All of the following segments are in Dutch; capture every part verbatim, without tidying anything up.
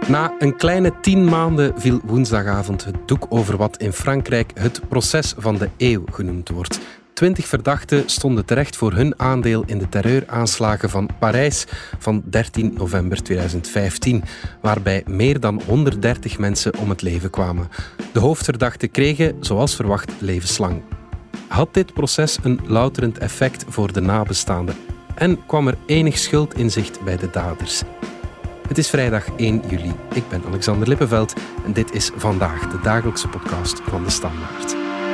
Na een kleine tien maanden viel woensdagavond het doek over wat in Frankrijk het proces van de eeuw genoemd wordt. Twintig verdachten stonden terecht voor hun aandeel in de terreuraanslagen van Parijs van dertien november tweeduizend vijftien, waarbij meer dan honderddertig mensen om het leven kwamen. De hoofdverdachten kregen, zoals verwacht, levenslang. Had dit proces een louterend effect voor de nabestaanden? En kwam er enig schuld in zicht bij de daders? Het is vrijdag één juli. Ik ben Alexander Lippenveld en dit is Vandaag, de dagelijkse podcast van De Standaard.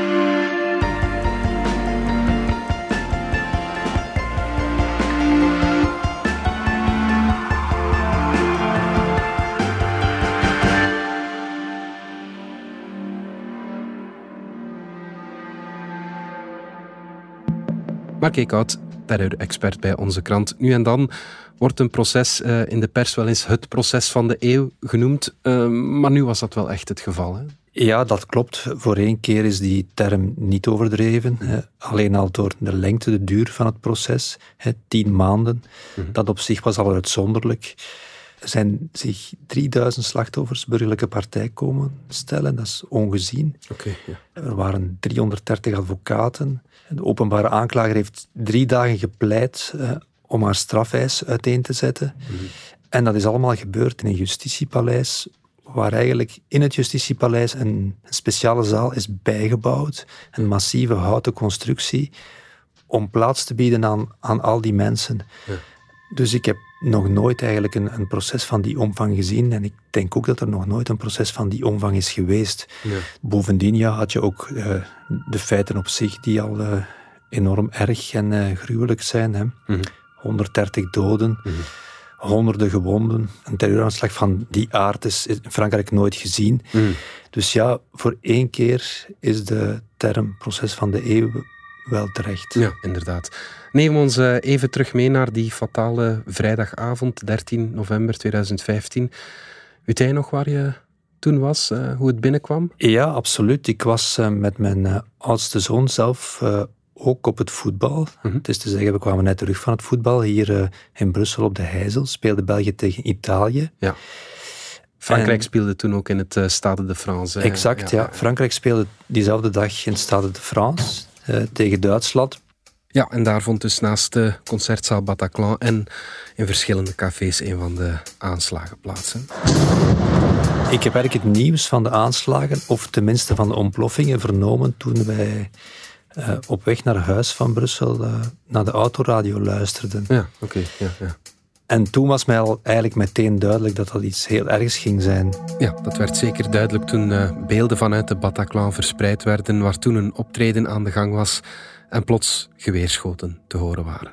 Mark Eekhout, terreur-expert bij onze krant. Nu en dan wordt een proces uh, in de pers wel eens het proces van de eeuw genoemd. Uh, maar nu was dat wel echt het geval, hè? Ja, dat klopt. Voor één keer is die term niet overdreven. Hè. Alleen al door de lengte, de duur van het proces. Hè, tien maanden. Mm-hmm. Dat op zich was al uitzonderlijk. Er zijn zich drieduizend slachtoffers burgerlijke partij komen stellen. Dat is ongezien. Okay, ja. Er waren driehonderddertig advocaten. De openbare aanklager heeft drie dagen gepleit uh, om haar strafeis uiteen te zetten. Mm-hmm. En dat is allemaal gebeurd in een justitiepaleis, waar eigenlijk in het justitiepaleis een speciale zaal is bijgebouwd. Een massieve houten constructie om plaats te bieden aan, aan al die mensen. Ja. Dus ik heb nog nooit eigenlijk een, een proces van die omvang gezien. En ik denk ook dat er nog nooit een proces van die omvang is geweest. Ja. Bovendien ja, had je ook uh, de feiten op zich die al uh, enorm erg en uh, gruwelijk zijn. Hè. Mm-hmm. honderddertig doden, mm-hmm. honderden gewonden. Een terreuraanslag van die aard is in Frankrijk nooit gezien. Mm. Dus ja, voor één keer is de term proces van de eeuw wel terecht. Ja, inderdaad. Neem ons uh, even terug mee naar die fatale vrijdagavond, dertien november tweeduizend vijftien. Weet jij nog waar je toen was, uh, hoe het binnenkwam? Ja, absoluut. Ik was uh, met mijn uh, oudste zoon zelf uh, ook op het voetbal. Mm-hmm. Het is te zeggen, we kwamen net terug van het voetbal. Hier uh, in Brussel op de Heijzel speelde België tegen Italië. Ja. Frankrijk en speelde toen ook in het uh, Stade de France. Hè? Exact, ja. ja. Frankrijk speelde diezelfde dag in het Stade de France uh, tegen Duitsland. Ja, en daar vond dus naast de concertzaal Bataclan en in verschillende cafés een van de aanslagen plaats. Ik heb eigenlijk het nieuws van de aanslagen, of tenminste van de ontploffingen, vernomen toen wij uh, op weg naar huis van Brussel uh, naar de autoradio luisterden. Ja, oké. Okay, ja, ja. En toen was mij al eigenlijk meteen duidelijk dat dat iets heel ergs ging zijn. Ja, dat werd zeker duidelijk toen uh, beelden vanuit de Bataclan verspreid werden, waar toen een optreden aan de gang was en plots geweerschoten te horen waren.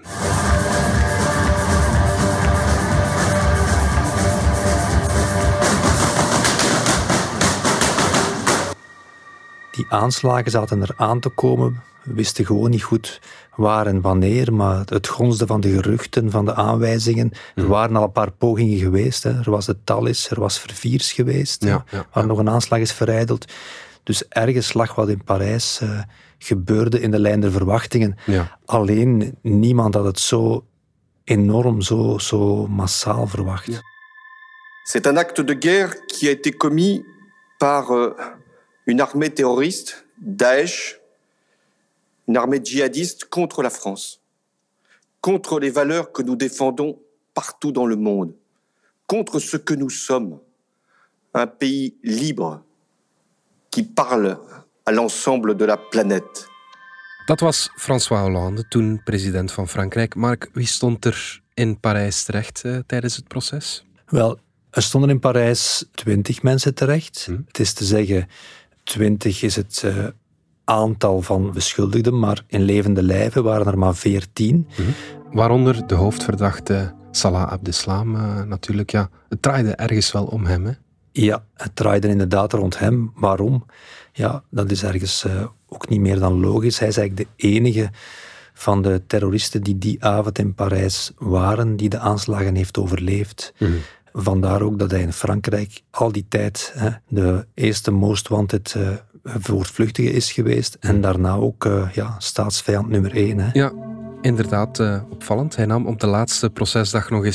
Die aanslagen zaten er aan te komen. We wisten gewoon niet goed waar en wanneer, maar het gonsde van de geruchten, van de aanwijzingen. Er waren al een paar pogingen geweest. Hè. Er was de Thalys, er was Verviers geweest, ja, ja, waar ja. nog een aanslag is verijdeld. Dus ergens lag wat in Parijs uh, gebeurde in de lijn der verwachtingen. Ja. Alleen niemand had het zo enorm, zo, zo massaal verwacht. Ja. C'est un acte de guerre qui a été commis par uh, une armée terroriste, Daesh, une armée djihadiste contre la France, contre les valeurs que nous défendons partout dans le monde, contre ce que nous sommes, un pays libre qui parle à l'ensemble de la planète. Dat was François Hollande, toen president van Frankrijk. Mark, wie stond er in Parijs terecht uh, tijdens het proces? Wel, er stonden in Parijs twintig mensen terecht. Hm. Het is te zeggen, twintig is het uh, aantal van beschuldigden, maar in levende lijven waren er maar veertien. Hm. Waaronder de hoofdverdachte Salah Abdeslam uh, natuurlijk. Ja, het draaide ergens wel om hem, hè? Ja, het draaide inderdaad rond hem. Waarom? Ja, dat is ergens uh, ook niet meer dan logisch. Hij is eigenlijk de enige van de terroristen die die avond in Parijs waren, die de aanslagen heeft overleefd. Mm. Vandaar ook dat hij in Frankrijk al die tijd hè, de eerste most wanted uh, voortvluchtige is geweest. Mm. En daarna ook uh, ja, staatsvijand nummer één. Hè. Ja, inderdaad uh, opvallend. Hij nam op de laatste procesdag nog eens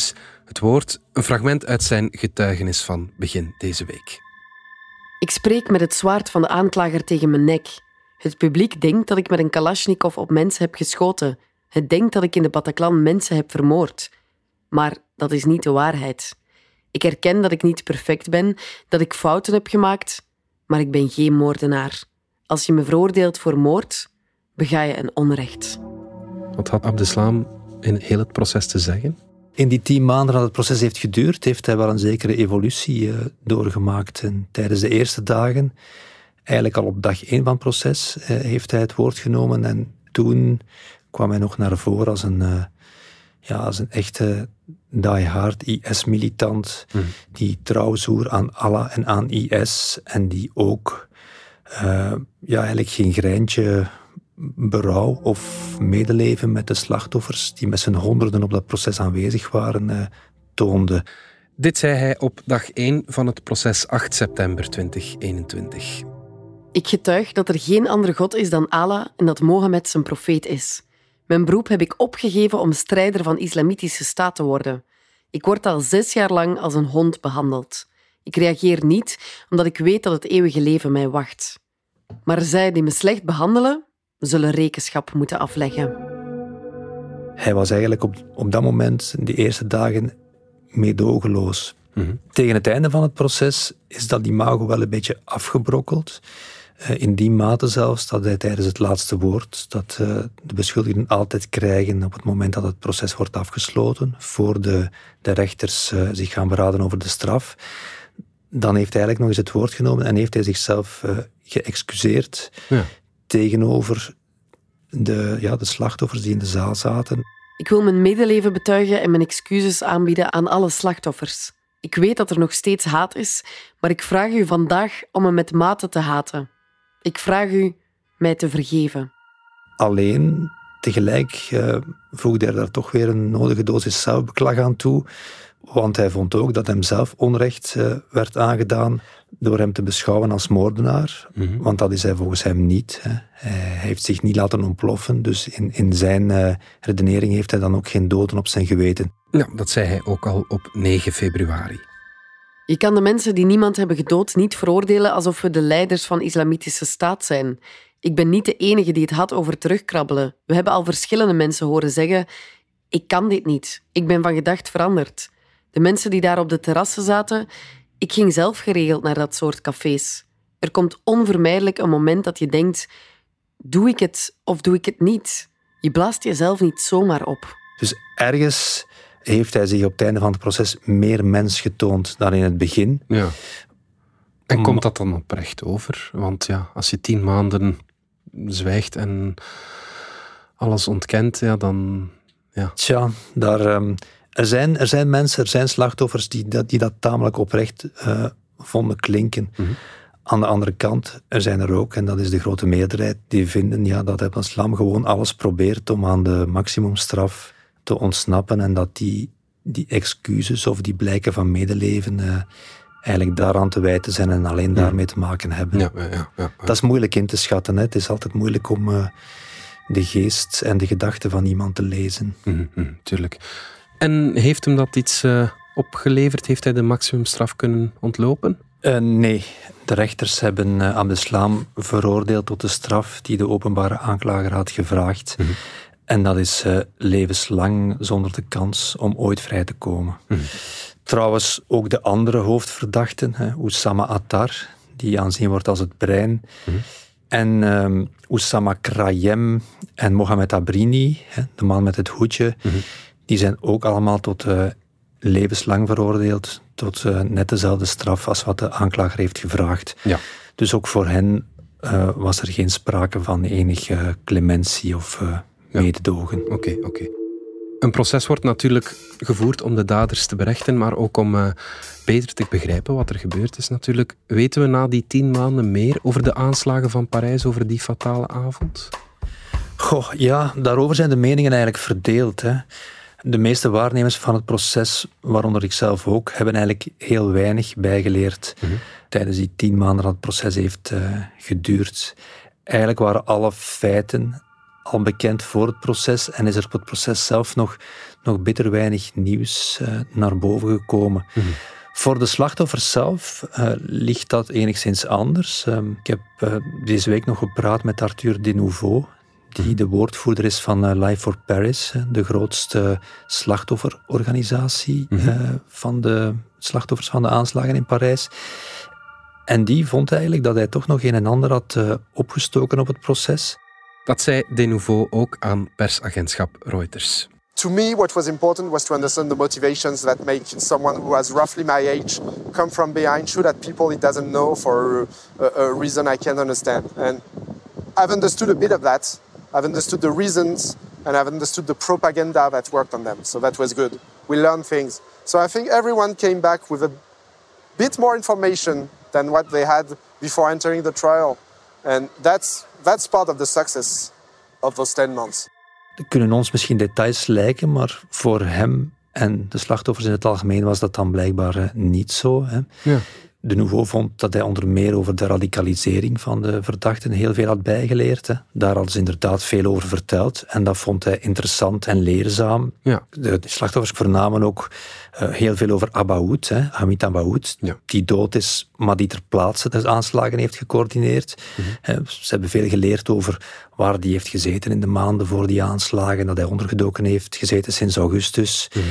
Het woord, een fragment uit zijn getuigenis van begin deze week. Ik spreek met het zwaard van de aanklager tegen mijn nek. Het publiek denkt dat ik met een kalasjnikov op mensen heb geschoten. Het denkt dat ik in de Bataclan mensen heb vermoord. Maar dat is niet de waarheid. Ik erken dat ik niet perfect ben, dat ik fouten heb gemaakt, maar ik ben geen moordenaar. Als je me veroordeelt voor moord, bega je een onrecht. Wat had Abdeslam in heel het proces te zeggen? In die tien maanden dat het proces heeft geduurd, heeft hij wel een zekere evolutie uh, doorgemaakt. En tijdens de eerste dagen, eigenlijk al op dag één van het proces, uh, heeft hij het woord genomen. En toen kwam hij nog naar voren als een, uh, ja, als een echte die-hard I S-militant, mm. die trouw zwoer aan Allah en aan I S. En die ook uh, ja, eigenlijk geen greintje berouw of medeleven met de slachtoffers die met z'n honderden op dat proces aanwezig waren, uh, toonde. Dit zei hij op dag één van het proces acht september tweeduizend eenentwintig. Ik getuig dat er geen andere God is dan Allah en dat Mohammed zijn profeet is. Mijn beroep heb ik opgegeven om strijder van islamitische staat te worden. Ik word al zes jaar lang als een hond behandeld. Ik reageer niet omdat ik weet dat het eeuwige leven mij wacht. Maar zij die me slecht behandelen, zullen rekenschap moeten afleggen. Hij was eigenlijk op, op dat moment, in de eerste dagen, meedogenloos. Mm-hmm. Tegen het einde van het proces is dat imago wel een beetje afgebrokkeld. Uh, in die mate zelfs dat hij tijdens het laatste woord, dat uh, de beschuldigden altijd krijgen op het moment dat het proces wordt afgesloten, voor de, de rechters uh, zich gaan beraden over de straf, dan heeft hij eigenlijk nog eens het woord genomen en heeft hij zichzelf uh, geëxcuseerd. Ja. Tegenover de, ja, de slachtoffers die in de zaal zaten. Ik wil mijn medeleven betuigen en mijn excuses aanbieden aan alle slachtoffers. Ik weet dat er nog steeds haat is, maar ik vraag u vandaag om me met mate te haten. Ik vraag u mij te vergeven. Alleen, tegelijk uh, voegde hij daar toch weer een nodige dosis zelfbeklag aan toe, want hij vond ook dat hem zelf onrecht uh, werd aangedaan door hem te beschouwen als moordenaar. Mm-hmm. Want dat is hij volgens hem niet. Hè. Hij heeft zich niet laten ontploffen, dus in, in zijn uh, redenering heeft hij dan ook geen doden op zijn geweten. Ja, dat zei hij ook al op negen februari. Je kan de mensen die niemand hebben gedood niet veroordelen alsof we de leiders van islamitische staat zijn. Ik ben niet de enige die het had over terugkrabbelen. We hebben al verschillende mensen horen zeggen: ik kan dit niet. Ik ben van gedacht veranderd. De mensen die daar op de terrassen zaten, ik ging zelf geregeld naar dat soort cafés. Er komt onvermijdelijk een moment dat je denkt: doe ik het of doe ik het niet? Je blaast jezelf niet zomaar op. Dus ergens heeft hij zich op het einde van het proces meer mens getoond dan in het begin. Ja. En komt dat dan oprecht over? Want ja, als je tien maanden zwijgt en alles ontkent, ja, dan... Ja. Tja, daar, um, er, zijn, er zijn mensen, er zijn slachtoffers die dat, die dat tamelijk oprecht uh, vonden klinken. Mm-hmm. Aan de andere kant, er zijn er ook, en dat is de grote meerderheid, die vinden ja, dat Abdeslam gewoon alles probeert om aan de maximumstraf te ontsnappen en dat die, die excuses of die blijken van medeleven uh, eigenlijk daaraan te wijten zijn en alleen ja. daarmee te maken hebben. Ja, ja, ja, ja. Dat is moeilijk in te schatten. Hè. Het is altijd moeilijk om uh, de geest en de gedachten van iemand te lezen. Mm-hmm, tuurlijk. En heeft hem dat iets uh, opgeleverd? Heeft hij de maximumstraf kunnen ontlopen? Uh, nee, de rechters hebben uh, Abdeslam veroordeeld tot de straf die de openbare aanklager had gevraagd. Mm-hmm. En dat is uh, levenslang zonder de kans om ooit vrij te komen. Mm. Trouwens, ook de andere hoofdverdachten, hè, Oussama Attar, die aanzien wordt als het brein, mm. en um, Oussama Krayem en Mohamed Abrini, hè, de man met het hoedje, mm. die zijn ook allemaal tot uh, levenslang veroordeeld, tot uh, net dezelfde straf als wat de aanklager heeft gevraagd. Ja. Dus ook voor hen uh, was er geen sprake van enige clementie of... Uh, mededogen. Oké, okay, oké. Okay. Een proces wordt natuurlijk gevoerd om de daders te berechten, maar ook om uh, beter te begrijpen wat er gebeurd is natuurlijk. Weten we na die tien maanden meer over de aanslagen van Parijs, over die fatale avond? Goh, ja, daarover zijn de meningen eigenlijk verdeeld. Hè. De meeste waarnemers van het proces, waaronder ik zelf ook, hebben eigenlijk heel weinig bijgeleerd mm-hmm. tijdens die tien maanden dat het proces heeft uh, geduurd. Eigenlijk waren alle feiten al bekend voor het proces en is er op het proces zelf nog, nog bitter weinig nieuws uh, naar boven gekomen. Mm-hmm. Voor de slachtoffers zelf uh, ligt dat enigszins anders. Um, ik heb uh, deze week nog gepraat met Arthur Denouveau, die de woordvoerder is van uh, Life for Paris, de grootste slachtofferorganisatie mm-hmm. uh, van de slachtoffers van de aanslagen in Parijs. En die vond eigenlijk dat hij toch nog een en ander had uh, opgestoken op het proces. Dat zei Denouveau ook aan persagentschap Reuters. To me, what was important was to understand the motivations that make someone who has roughly my age come from behind, shoot at people he doesn't know for a, a reason I can't understand. And I've understood a bit of that. I've understood the reasons and I've understood the propaganda that worked on them. So that was good. We learned things. So I think everyone came back with a bit more information than what they had before entering the trial. And that's, that's part of the success of those ten months. Er kunnen ons misschien details lijken, maar voor hem en de slachtoffers in het algemeen was dat dan blijkbaar niet zo. Hè. Ja. Denouveau vond dat hij onder meer over de radicalisering van de verdachten heel veel had bijgeleerd. Hè. Daar hadden ze inderdaad veel over verteld en dat vond hij interessant en leerzaam. Ja. De, de slachtoffers vernamen ook uh, heel veel over Abaoud, hè, Hamid Abaoud, ja. die dood is, maar die ter plaatse de aanslagen heeft gecoördineerd. Mm-hmm. Uh, ze hebben veel geleerd over waar die heeft gezeten in de maanden voor die aanslagen, dat hij ondergedoken heeft gezeten sinds augustus. Mm-hmm.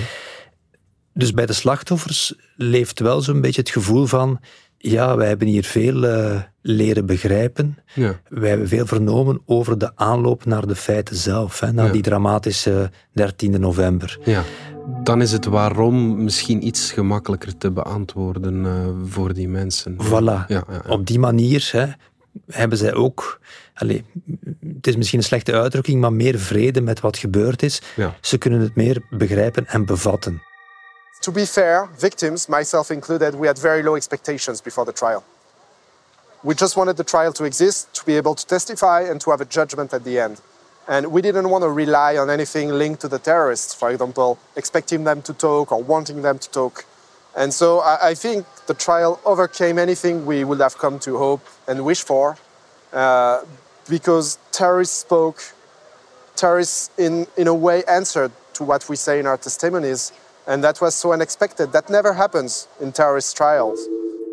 Dus bij de slachtoffers leeft wel zo'n beetje het gevoel van, ja, wij hebben hier veel uh, leren begrijpen. Ja. Wij hebben veel vernomen over de aanloop naar de feiten zelf, hè, naar ja. die dramatische dertiende november. Ja. Dan is het waarom misschien iets gemakkelijker te beantwoorden uh, voor die mensen. Voilà. Ja, ja, ja. Op die manier hè, hebben zij ook, allez, het is misschien een slechte uitdrukking, maar meer vrede met wat gebeurd is. Ja. Ze kunnen het meer begrijpen en bevatten. To be fair, victims, myself included, we had very low expectations before the trial. We just wanted the trial to exist, to be able to testify and to have a judgment at the end. And we didn't want to rely on anything linked to the terrorists, for example, expecting them to talk or wanting them to talk. And so I, I think the trial overcame anything we would have come to hope and wish for, uh, because terrorists spoke, terrorists in, in a way answered to what we say in our testimonies. And that was so unexpected. That never happens in terrorist trials.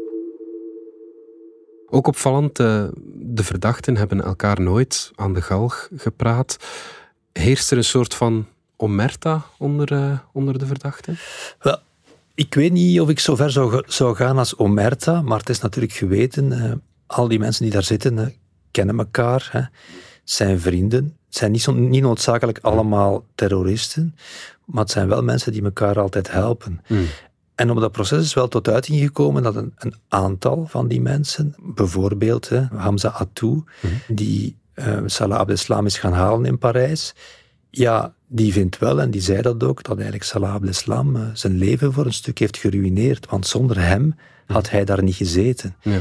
Ook opvallend, de verdachten hebben elkaar nooit aan de galg gepraat. Heerst er een soort van omerta onder, onder de verdachten? Wel, ik weet niet of ik zo ver zou, zou gaan als omerta, maar het is natuurlijk geweten, uh, al die mensen die daar zitten uh, kennen elkaar, hè, zijn vrienden. Het zijn niet, zo, niet noodzakelijk allemaal terroristen, maar het zijn wel mensen die elkaar altijd helpen. Mm. En op dat proces is wel tot uiting gekomen dat een, een aantal van die mensen, bijvoorbeeld hè, Hamza Attou, mm. die uh, Salah Abdeslam is gaan halen in Parijs, ja, die vindt wel, en die zei dat ook, dat eigenlijk Salah Abdeslam uh, zijn leven voor een stuk heeft geruïneerd, want zonder hem mm. had hij daar niet gezeten. Ja.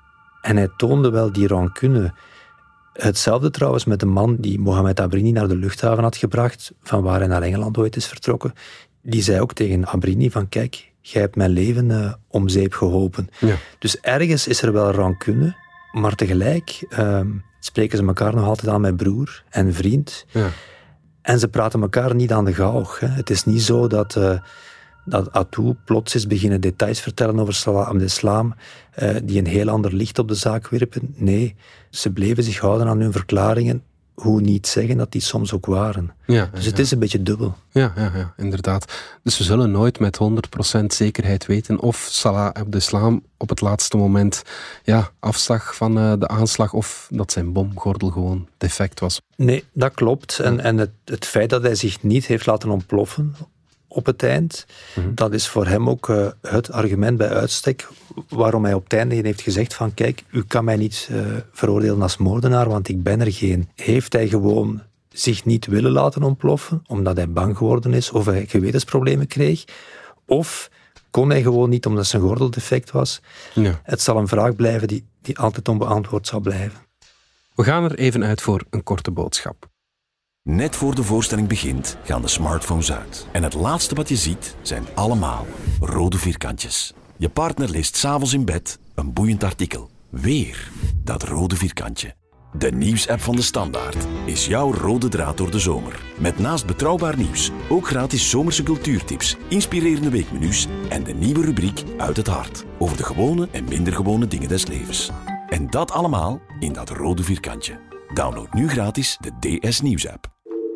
En hij toonde wel die rancune. Hetzelfde trouwens met de man die Mohamed Abrini naar de luchthaven had gebracht, van waar hij naar Engeland ooit is vertrokken. Die zei ook tegen Abrini van, kijk, jij hebt mijn leven uh, om zeep geholpen. Ja. Dus ergens is er wel rancune, maar tegelijk uh, spreken ze elkaar nog altijd aan met broer en vriend. Ja. En ze praten elkaar niet aan de galg. Hè. Het is niet zo dat... Uh, dat Attou plots is beginnen details vertellen over Salah Abdeslam, uh, die een heel ander licht op de zaak werpen. Nee, ze bleven zich houden aan hun verklaringen, hoe niet zeggen dat die soms ook waren. Ja, dus het ja. is een beetje dubbel. Ja, ja, ja, inderdaad. Dus we zullen nooit met honderd procent zekerheid weten of Salah Abdeslam op het laatste moment ja, afzag van uh, de aanslag of dat zijn bomgordel gewoon defect was. Nee, dat klopt. En, en het, het feit dat hij zich niet heeft laten ontploffen op het eind, mm-hmm. dat is voor hem ook uh, het argument bij uitstek waarom hij op het einde heeft gezegd van kijk, u kan mij niet uh, veroordelen als moordenaar, want ik ben er geen. Heeft hij gewoon zich niet willen laten ontploffen, omdat hij bang geworden is of hij gewetensproblemen kreeg, of kon hij gewoon niet omdat zijn gordel defect was? Ja. Het zal een vraag blijven die, die altijd onbeantwoord zal blijven. We gaan er even uit voor een korte boodschap. Net voor de voorstelling begint, gaan de smartphones uit. En het laatste wat je ziet, zijn allemaal rode vierkantjes. Je partner leest 's avonds in bed een boeiend artikel. Weer dat rode vierkantje. De nieuwsapp van de Standaard is jouw rode draad door de zomer. Met naast betrouwbaar nieuws ook gratis zomerse cultuurtips, inspirerende weekmenu's en de nieuwe rubriek Uit het Hart over de gewone en minder gewone dingen des levens. En dat allemaal in dat rode vierkantje. Download nu gratis de D S Nieuwsapp.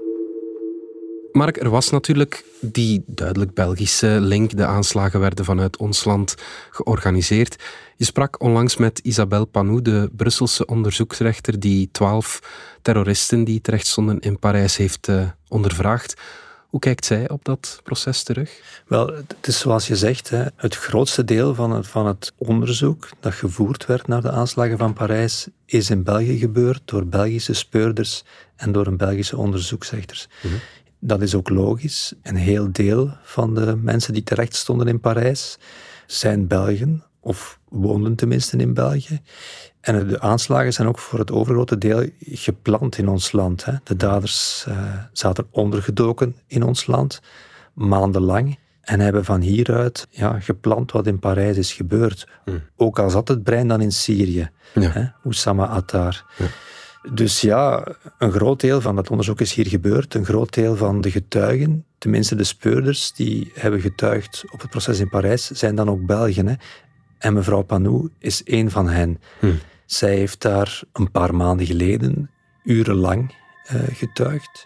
Mark, er was natuurlijk die duidelijk Belgische link. De aanslagen werden vanuit ons land georganiseerd. Je sprak onlangs met Isabelle Panou, de Brusselse onderzoeksrechter die twaalf terroristen die terecht stonden in Parijs heeft uh, ondervraagd. Hoe kijkt zij op dat proces terug? Wel, het is zoals je zegt, hè, het grootste deel van het, van het onderzoek dat gevoerd werd naar de aanslagen van Parijs is in België gebeurd door Belgische speurders en door een Belgische onderzoeksrechters. Mm-hmm. Dat is ook logisch. Een heel deel van de mensen die terecht stonden in Parijs zijn Belgen, of woonden tenminste in België. En de aanslagen zijn ook voor het overgrote deel gepland in ons land. Hè. De daders uh, zaten ondergedoken in ons land, maandenlang, en hebben van hieruit ja, gepland wat in Parijs is gebeurd. Mm. Ook al zat het brein dan in Syrië, ja. hè, Oussama Attar. Ja. Dus ja, een groot deel van dat onderzoek is hier gebeurd. Een groot deel van de getuigen, tenminste de speurders die hebben getuigd op het proces in Parijs, zijn dan ook Belgen. Hè. En mevrouw Panou is één van hen. Hm. Zij heeft daar een paar maanden geleden urenlang uh, getuigd.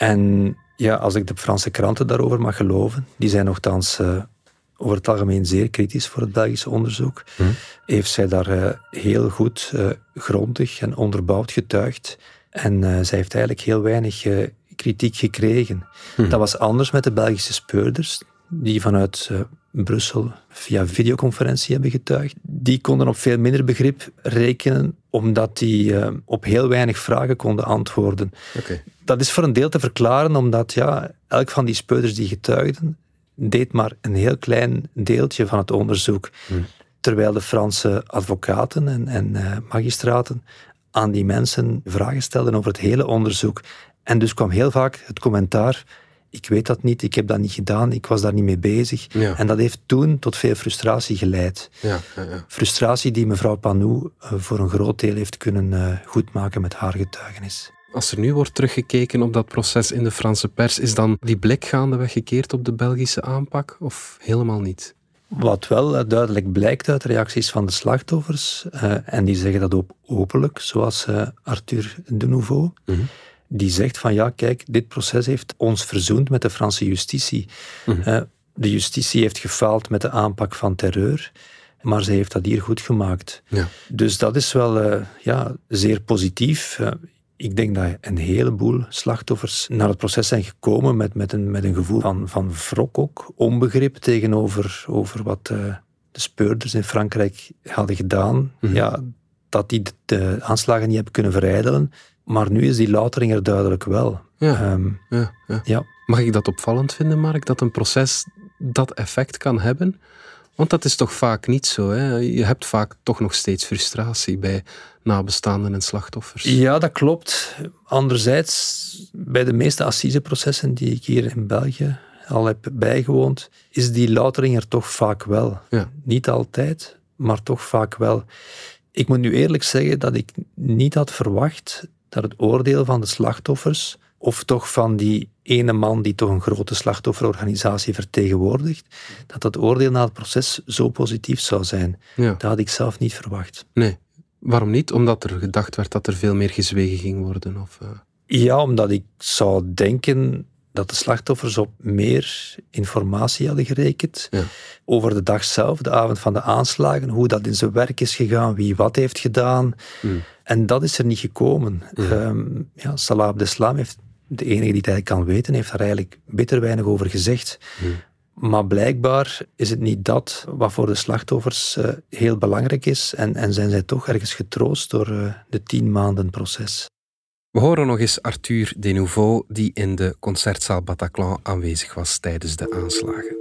En ja, als ik de Franse kranten daarover mag geloven, die zijn nogthans uh, over het algemeen zeer kritisch voor het Belgische onderzoek, hm. heeft zij daar uh, heel goed, uh, grondig en onderbouwd getuigd. En uh, zij heeft eigenlijk heel weinig uh, kritiek gekregen. Hm. Dat was anders met de Belgische speurders, die vanuit uh, Brussel via videoconferentie hebben getuigd. Die konden op veel minder begrip rekenen, omdat die uh, op heel weinig vragen konden antwoorden. Okay. Dat is voor een deel te verklaren, omdat ja, elk van die speurders die getuigden, deed maar een heel klein deeltje van het onderzoek. Hmm. Terwijl de Franse advocaten en, en uh, magistraten aan die mensen vragen stelden over het hele onderzoek. En dus kwam heel vaak het commentaar: ik weet dat niet, ik heb dat niet gedaan, ik was daar niet mee bezig. Ja. En dat heeft toen tot veel frustratie geleid. Ja, ja, ja. Frustratie die mevrouw Panou uh, voor een groot deel heeft kunnen uh, goedmaken met haar getuigenis. Als er nu wordt teruggekeken op dat proces in de Franse pers, is dan die blik gaandeweg gekeerd op de Belgische aanpak of helemaal niet? Wat wel uh, duidelijk blijkt uit reacties van de slachtoffers, uh, en die zeggen dat ook openlijk, zoals uh, Arthur Denouveau, mm-hmm. die zegt van ja, kijk, dit proces heeft ons verzoend met de Franse justitie. Mm-hmm. Uh, de justitie heeft gefaald met de aanpak van terreur, maar ze heeft dat hier goed gemaakt. Ja. Dus dat is wel uh, ja, zeer positief. Uh, ik denk dat een heleboel slachtoffers naar het proces zijn gekomen met, met, een, met een gevoel van, van wrok ook, onbegrip tegenover over wat uh, de speurders in Frankrijk hadden gedaan. Mm-hmm. Ja, dat die de, de aanslagen niet hebben kunnen verijdelen. Maar nu is die loutering er duidelijk wel. Ja, um, ja, ja. Ja. Mag ik dat opvallend vinden, Mark, dat een proces dat effect kan hebben? Want dat is toch vaak niet zo, hè? Je hebt vaak toch nog steeds frustratie bij nabestaanden en slachtoffers. Ja, dat klopt. Anderzijds, bij de meeste assiseprocessen die ik hier in België al heb bijgewoond, is die loutering er toch vaak wel. Ja. Niet altijd, maar toch vaak wel. Ik moet nu eerlijk zeggen dat ik niet had verwacht dat het oordeel van de slachtoffers, of toch van die ene man die toch een grote slachtofferorganisatie vertegenwoordigt, dat dat oordeel na het proces zo positief zou zijn. Ja. Dat had ik zelf niet verwacht. Nee. Waarom niet? Omdat er gedacht werd dat er veel meer gezwegen ging worden? Of, uh... Ja, omdat ik zou denken dat de slachtoffers op meer informatie hadden gerekend ja. over de dag zelf, de avond van de aanslagen, hoe dat in zijn werk is gegaan, wie wat heeft gedaan. Mm. En dat is er niet gekomen. Mm. Um, ja, Salah Abdeslam, heeft, de enige die het eigenlijk kan weten, heeft daar eigenlijk bitter weinig over gezegd. Mm. Maar blijkbaar is het niet dat wat voor de slachtoffers uh, heel belangrijk is en, en zijn zij toch ergens getroost door uh, de tien maanden proces. We horen nog eens Arthur Denouveau, die in de concertzaal Bataclan aanwezig was tijdens de aanslagen.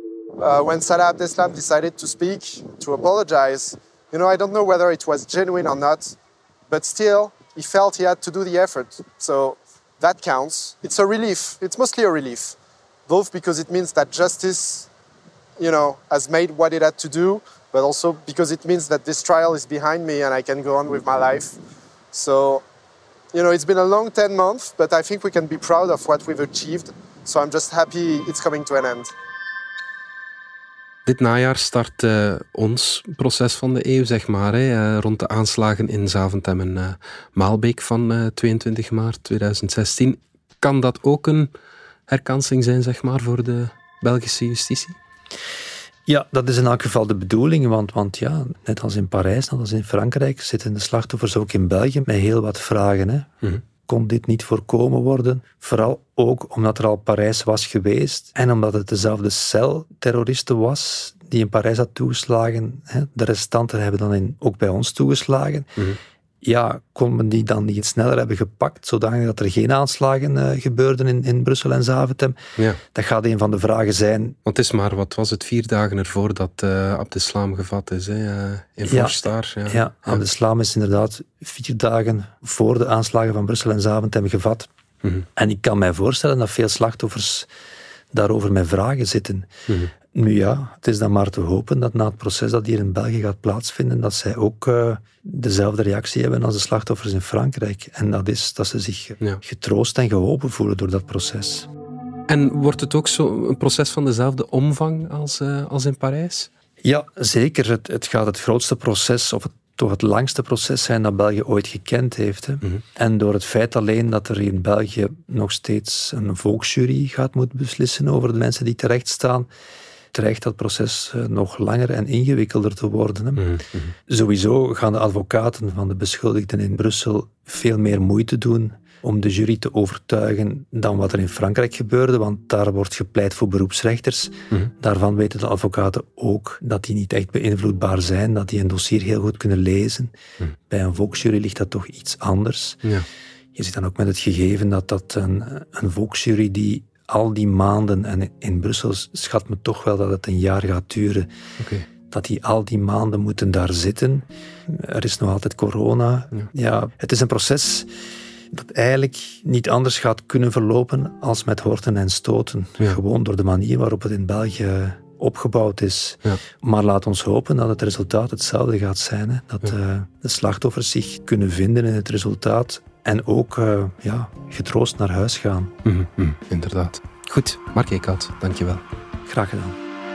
Uh, when Salah Abdeslam decided to speak, to apologize, you know, I don't know whether it was genuine or not, but still, he felt he had to do the effort. So that counts. It's a relief. It's mostly a relief. Both because it means that justice, you know, has made what it had to do, but also because it means that this trial is behind me and I can go on with my life. So You know, it's been a long ten months, but I think we can be proud of what we've achieved. So I'm just happy it's coming to an end. Dit najaar start uh, ons proces van de eeuw, zeg maar, hè, uh, rond de aanslagen in Zaventem en uh, Maalbeek van uh, tweeëntwintig maart tweeduizend zestien. Kan dat ook een herkansing zijn, zeg maar, voor de Belgische justitie? Ja, dat is in elk geval de bedoeling, want, want ja, net als in Parijs, net als in Frankrijk, zitten de slachtoffers ook in België met heel wat vragen. Hè. Mm-hmm. Kon dit niet voorkomen worden? Vooral ook omdat er al Parijs was geweest en omdat het dezelfde cel terroristen was die in Parijs had toegeslagen. Hè. De restanten hebben dan in, ook bij ons toegeslagen. Mm-hmm. Ja, kon men die dan niet sneller hebben gepakt, zodanig dat er geen aanslagen uh, gebeurden in, in Brussel en Zaventem? Ja. Dat gaat een van de vragen zijn. Want het is maar, wat was het, vier dagen ervoor dat uh, Abdeslam gevat is, hè, uh, in Voorstaar. Ja, ja, ja, Abdeslam is inderdaad vier dagen voor de aanslagen van Brussel en Zaventem gevat. Mm-hmm. En ik kan mij voorstellen dat veel slachtoffers daarover met vragen zitten. Mm-hmm. Nu ja, het is dan maar te hopen dat na het proces dat hier in België gaat plaatsvinden, dat zij ook uh, dezelfde reactie hebben als de slachtoffers in Frankrijk. En dat is dat ze zich ja. getroost en geholpen voelen door dat proces. En wordt het ook zo een proces van dezelfde omvang als, uh, als in Parijs? Ja, zeker. Het, het gaat het grootste proces, of het, toch het langste proces zijn dat België ooit gekend heeft. Hè. Mm-hmm. En door het feit alleen dat er in België nog steeds een volksjury gaat moeten beslissen over de mensen die terecht staan, dreigt dat proces nog langer en ingewikkelder te worden. Hè. Mm-hmm. Sowieso gaan de advocaten van de beschuldigden in Brussel veel meer moeite doen om de jury te overtuigen dan wat er in Frankrijk gebeurde, want daar wordt gepleit voor beroepsrechters. Mm-hmm. Daarvan weten de advocaten ook dat die niet echt beïnvloedbaar zijn, dat die een dossier heel goed kunnen lezen. Mm. Bij een volksjury ligt dat toch iets anders. Ja. Je zit dan ook met het gegeven dat, dat een, een volksjury die al die maanden, en in Brussel schat me toch wel dat het een jaar gaat duren, okay. dat die al die maanden moeten daar zitten. Er is nog altijd corona. Ja, ja het is een proces dat eigenlijk niet anders gaat kunnen verlopen als met horten en stoten. Ja. Gewoon door de manier waarop het in België opgebouwd is. Ja. Maar laat ons hopen dat het resultaat hetzelfde gaat zijn. Hè? Dat ja. uh, de slachtoffers zich kunnen vinden in het resultaat en ook uh, ja, getroost naar huis gaan. Mm-hmm, inderdaad. Goed, Mark Eekhout, dank je wel. Graag gedaan.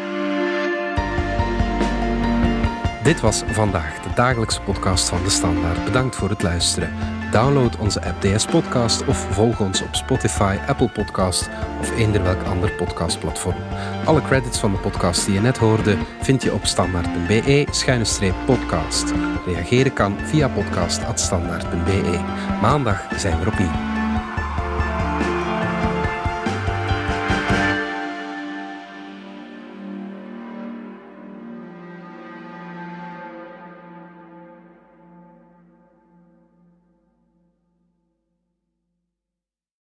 Dit was Vandaag, de dagelijkse podcast van De Standaard. Bedankt voor het luisteren. Download onze app D S Podcast of volg ons op Spotify, Apple Podcast of eender welk ander podcastplatform. Alle credits van de podcast die je net hoorde vind je op standaard.be schuine streep podcast. Reageren kan via podcast at standaard punt be. Maandag zijn we er opnieuw.